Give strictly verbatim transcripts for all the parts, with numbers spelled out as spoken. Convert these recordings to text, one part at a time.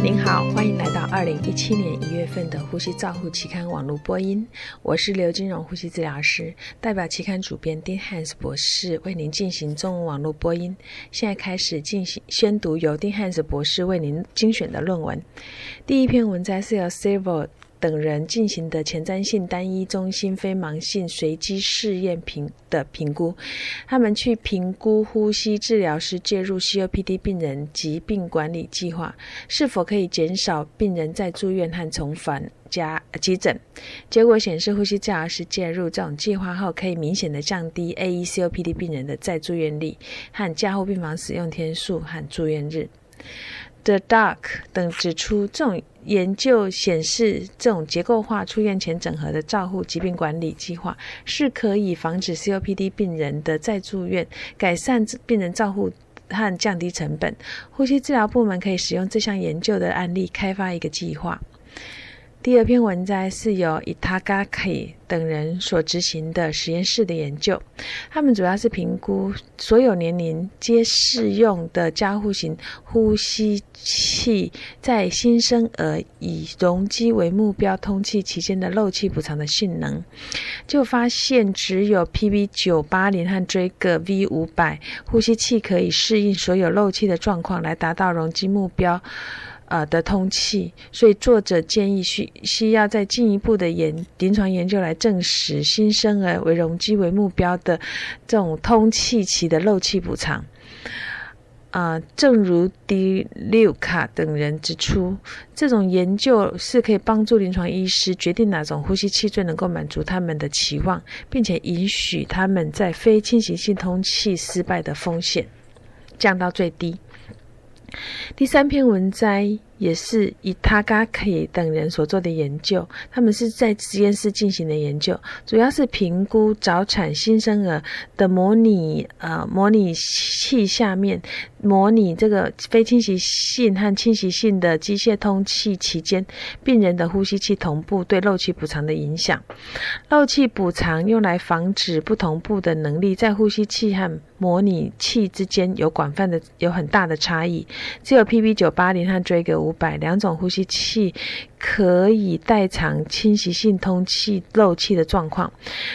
您好，欢迎来到二零一七年一月份的呼吸照护期刊网络播音，我是刘金荣呼吸治疗师，代表期刊主编丁汉斯博士为您进行中文网络播音。现在开始进行宣读由丁汉斯博士为您精选的论文。第一篇文摘是由 Silver等人进行的前瞻性单一中心非盲性随机试验评的评估，他们去评估呼吸治疗师介入 C O P D 病人疾病管理计划是否可以减少病人再住院和重返家急诊。结果显示，呼吸治疗师介入这种计划后，可以明显的降低 A E C O P D 病人的再住院率和加护病房使用天数和住院日。The Dark 等指出，这种研究显示，这种结构化出院前整合的照护疾病管理计划是可以防止 C O P D 病人的再住院，改善病人照护和降低成本。呼吸治疗部门可以使用这项研究的案例开发一个计划。第二篇文摘是由 Itagaki 等人所执行的实验室的研究，他们主要是评估所有年龄皆适用的加护型呼吸器在新生儿以容积为目标通气期间的漏气补偿的性能，就发现只有 P B 九八零 和 Drager V 五百 呼吸器可以适应所有漏气的状况来达到容积目标呃的通气，所以作者建议需需要再进一步的研临床研究来证实新生儿为容积为目标的这种通气期的漏气补偿。呃，正如迪六卡等人指出，这种研究是可以帮助临床医师决定哪种呼吸器最能够满足他们的期望，并且允许他们在非侵袭性通气失败的风险降到最低。第三篇文摘也是以 Itagaki 等人所做的研究，他们是在实验室进行的研究，主要是评估早产新生儿的模拟呃模拟器下面模拟这个非侵袭性和侵袭性的机械通气期间病人的呼吸器同步对漏气补偿的影响。漏气补偿用来防止不同步的能力在呼吸器和模拟器之间有广泛的有很大的差异，只有 P B 九八零 和 Drager 五百两种呼吸器可以代偿侵袭性通气漏气的状况，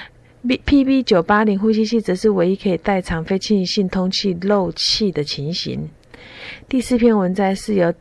P B 九八零 呼吸器则是唯一可以代偿非侵袭性通气漏气的情形。第四篇文摘是由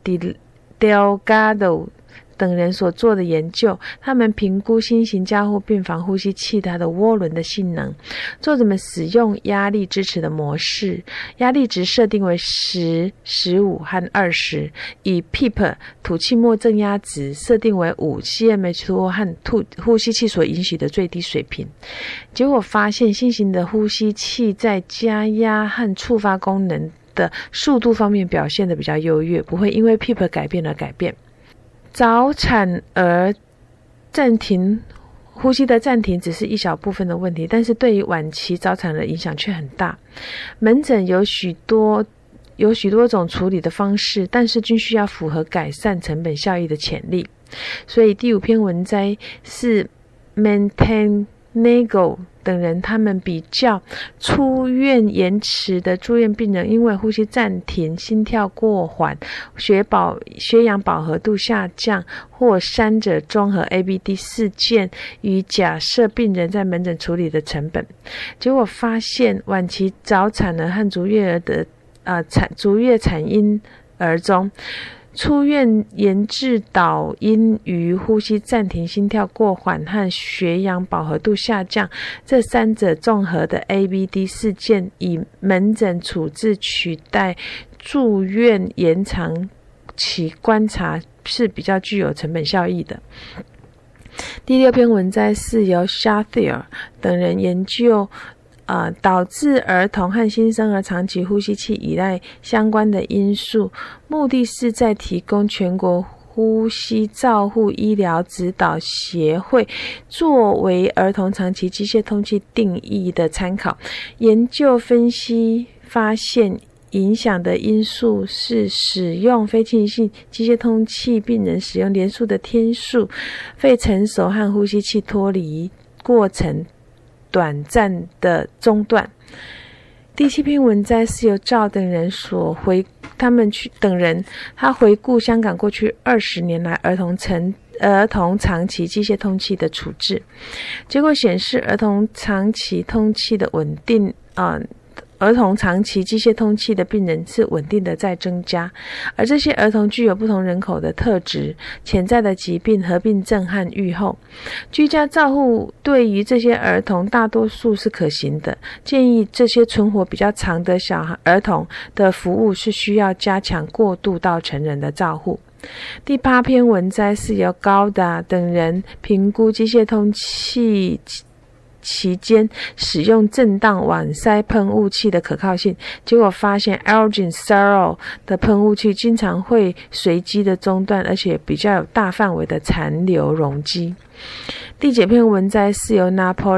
Delgado等人所做的研究，他们评估新型加护病房呼吸器它的涡轮的性能。作者们使用压力支持的模式，压力值设定为十、十五和二十，以 P E P 吐气末正压值设定为五 C M H 二 和吐呼吸器所允许的最低水平。结果发现，新型的呼吸器在加压和触发功能的速度方面表现得比较优越，不会因为 P E P 改变而改变。早产儿暂停呼吸的暂停只是一小部分的问题，但是对于晚期早产儿影响却很大。门诊有许多有许多种处理的方式，但是均需要符合改善成本效益的潜力。所以第五篇文摘是 Montenegro 等人，他们比较出院延迟的住院病人因为呼吸暂停、心跳过缓、血饱血氧饱和度下降或三者综合 A B D 事件与假设病人在门诊处理的成本。结果发现，晚期早产儿和足月儿的呃产足月产婴儿中，出院延至导因于呼吸暂停、心跳过缓和血氧饱和度下降这三者综合的 A B D 事件，以门诊处置取代住院延长期观察是比较具有成本效益的。第六篇文摘是由 Shathier 等人研究呃，导致儿童和新生儿长期呼吸器依赖相关的因素，目的是在提供全国呼吸照护医疗指导协会作为儿童长期机械通气定义的参考。研究分析发现，影响的因素是使用非侵袭性机械通气病人使用连续的天数、肺成熟和呼吸器脱离过程短暂的中断。 第七篇文摘是由赵等人所回，他们去等人，他回顾香港过去二十年来儿童成儿童长期机械通气的处置，结果显示儿童长期通气的稳定，呃，儿童长期机械通气的病人是稳定的在增加，而这些儿童具有不同人口的特质、潜在的疾病、合并症和预后。居家照护对于这些儿童大多数是可行的，建议这些存活比较长的小孩儿童的服务是需要加强过渡到成人的照护。第八篇文摘是由高达等人评估机械通气期间使用震荡网塞喷雾器的可靠性，结果发现 Elgin Zero 的喷雾器经常会随机的中断，而且比较有大范围的残留容积。第九篇文摘是由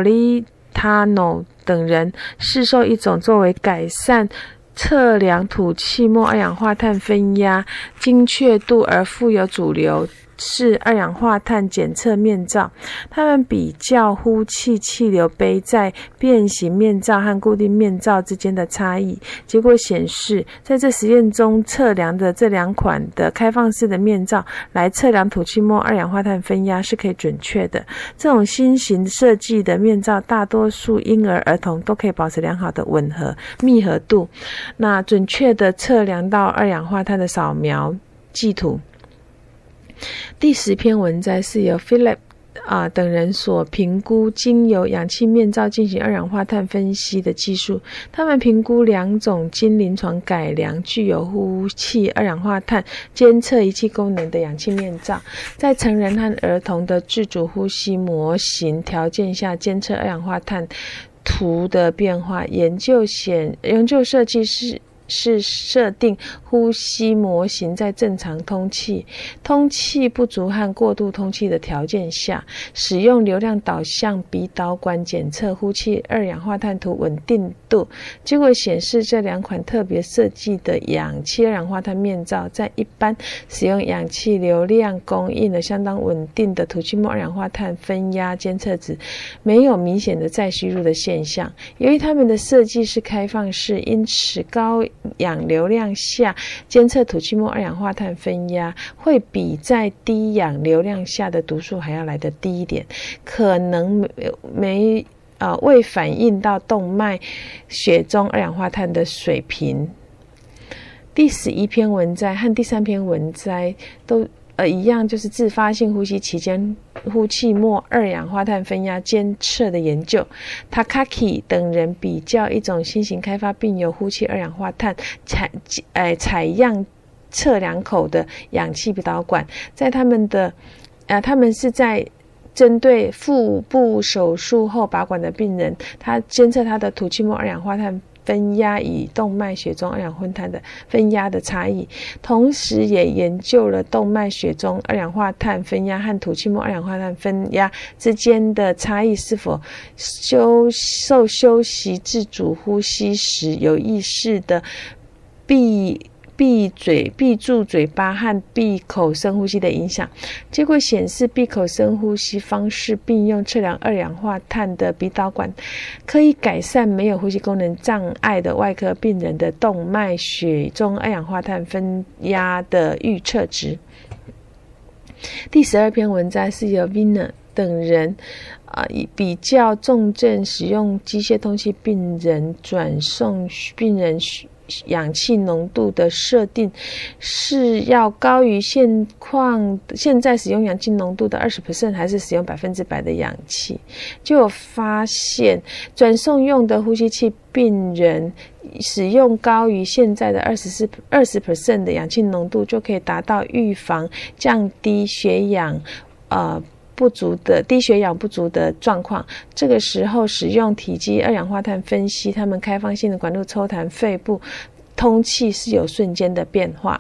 Napolitano 等人试售一种作为改善测量吐气末二氧化碳分压精确度而富有主流是二氧化碳检测面罩，他们比较呼气气流杯在变形面罩和固定面罩之间的差异，结果显示在这实验中测量的这两款的开放式的面罩来测量吐气末二氧化碳分压是可以准确的。这种新型设计的面罩大多数婴儿儿童都可以保持良好的吻合密合度，那准确的测量到二氧化碳的扫描记图。第十篇文摘是由 Philip 啊等人所评估经由氧气面罩进行二氧化碳分析的技术。他们评估两种经临床改良具有呼气二氧化碳监测仪器功能的氧气面罩，在成人和儿童的自主呼吸模型条件下监测二氧化碳图的变化。研究显研究设计是是设定呼吸模型在正常通气、通气不足和过度通气的条件下，使用流量导向鼻导管检测呼气二氧化碳图稳定度。结果显示，这两款特别设计的氧气二氧化碳面罩，在一般使用氧气流量供应了相当稳定的吐气末二氧化碳分压监测值，没有明显的再吸入的现象。由于它们的设计是开放式，因此高氧流量下监测吐气末二氧化碳分压会比在低氧流量下的读数还要来得低一点，可能没呃未反映到动脉血中二氧化碳的水平。第十一篇文摘和第三篇文摘都呃一样，就是自发性呼吸期间呼气末二氧化碳分压监测的研究。Takaki 等人比较一种新型开发并有呼气二氧化碳采呃采样测量口的氧气鼻导管，在他们的呃他们是在针对腹部手术后拔管的病人，他监测他的吐气末二氧化碳分压与动脉血中二氧化碳的分压的差异，同时也研究了动脉血中二氧化碳分压和吐气末二氧化碳分压之间的差异是否休受休息自主呼吸时有意识的闭闭嘴、闭住嘴巴和闭口深呼吸的影响。结果显示，闭口深呼吸方式并用测量二氧化碳的鼻导管，可以改善没有呼吸功能障碍的外科病人的动脉血中二氧化碳分压的预测值。第十二篇文摘是由 Viner 等人呃，比较重症使用机械通气病人转送病人氧气浓度的设定是要高于现况现在使用氧气浓度的 百分之二十 还是使用百分之百的氧气。就有发现转送用的呼吸器病人使用高于现在的 百分之二十 的氧气浓度，就可以达到预防降低血氧呃不足的低血氧不足的状况。这个时候使用体积二氧化碳分析，他们开放性的管路抽痰，肺部通气是有瞬间的变化。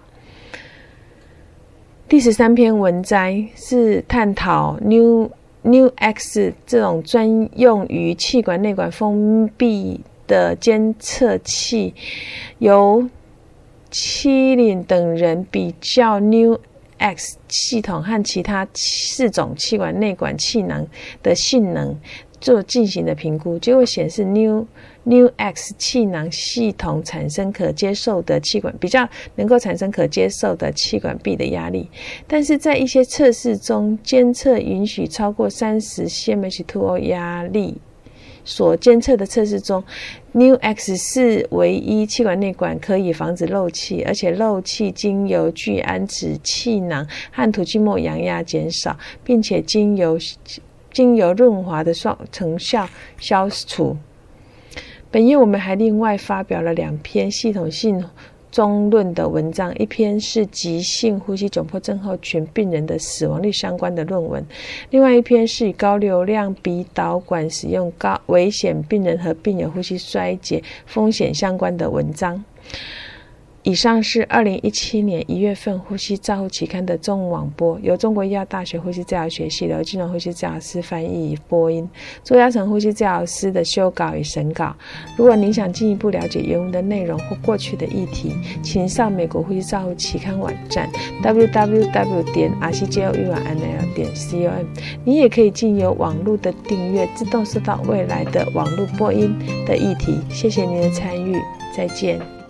第十三篇文摘是探讨 New New X 这种专用于气管内管封闭的监测器，由七岭等人比较 New X 系统和其他四种气管内管气囊的性能做进行的评估。结果显示 New New X 气囊系统产生可接受的气管比较能够产生可接受的气管壁的压力，但是在一些测试中监测允许超过三十 C M H 二 O 压力。所监测的测试中 New X 是唯一气管内管可以防止漏气，而且漏气经由聚氨酯气囊和吐气末阳压减少，并且经由经由润滑的双成效消除。本页我们还另外发表了两篇系统性中论的文章，一篇是急性呼吸窘迫症候群病人的死亡率相关的论文，另外一篇是与高流量鼻导管使用高危险病人和病友呼吸衰竭风险相关的文章。以上是二零一七年一月份呼吸照护期刊的中文网播，由中国医药大学呼吸治疗学系刘金荣呼吸治疗师翻译与播音，朱嘉诚呼吸治疗师的修稿与审稿。如果您想进一步了解原文的内容或过去的议题，请上美国呼吸照护期刊网站 double-u double-u double-u 点 r c j o u r n l 点 com。你也可以经由网络的订阅，自动收到未来的网络播音的议题。谢谢您的参与，再见。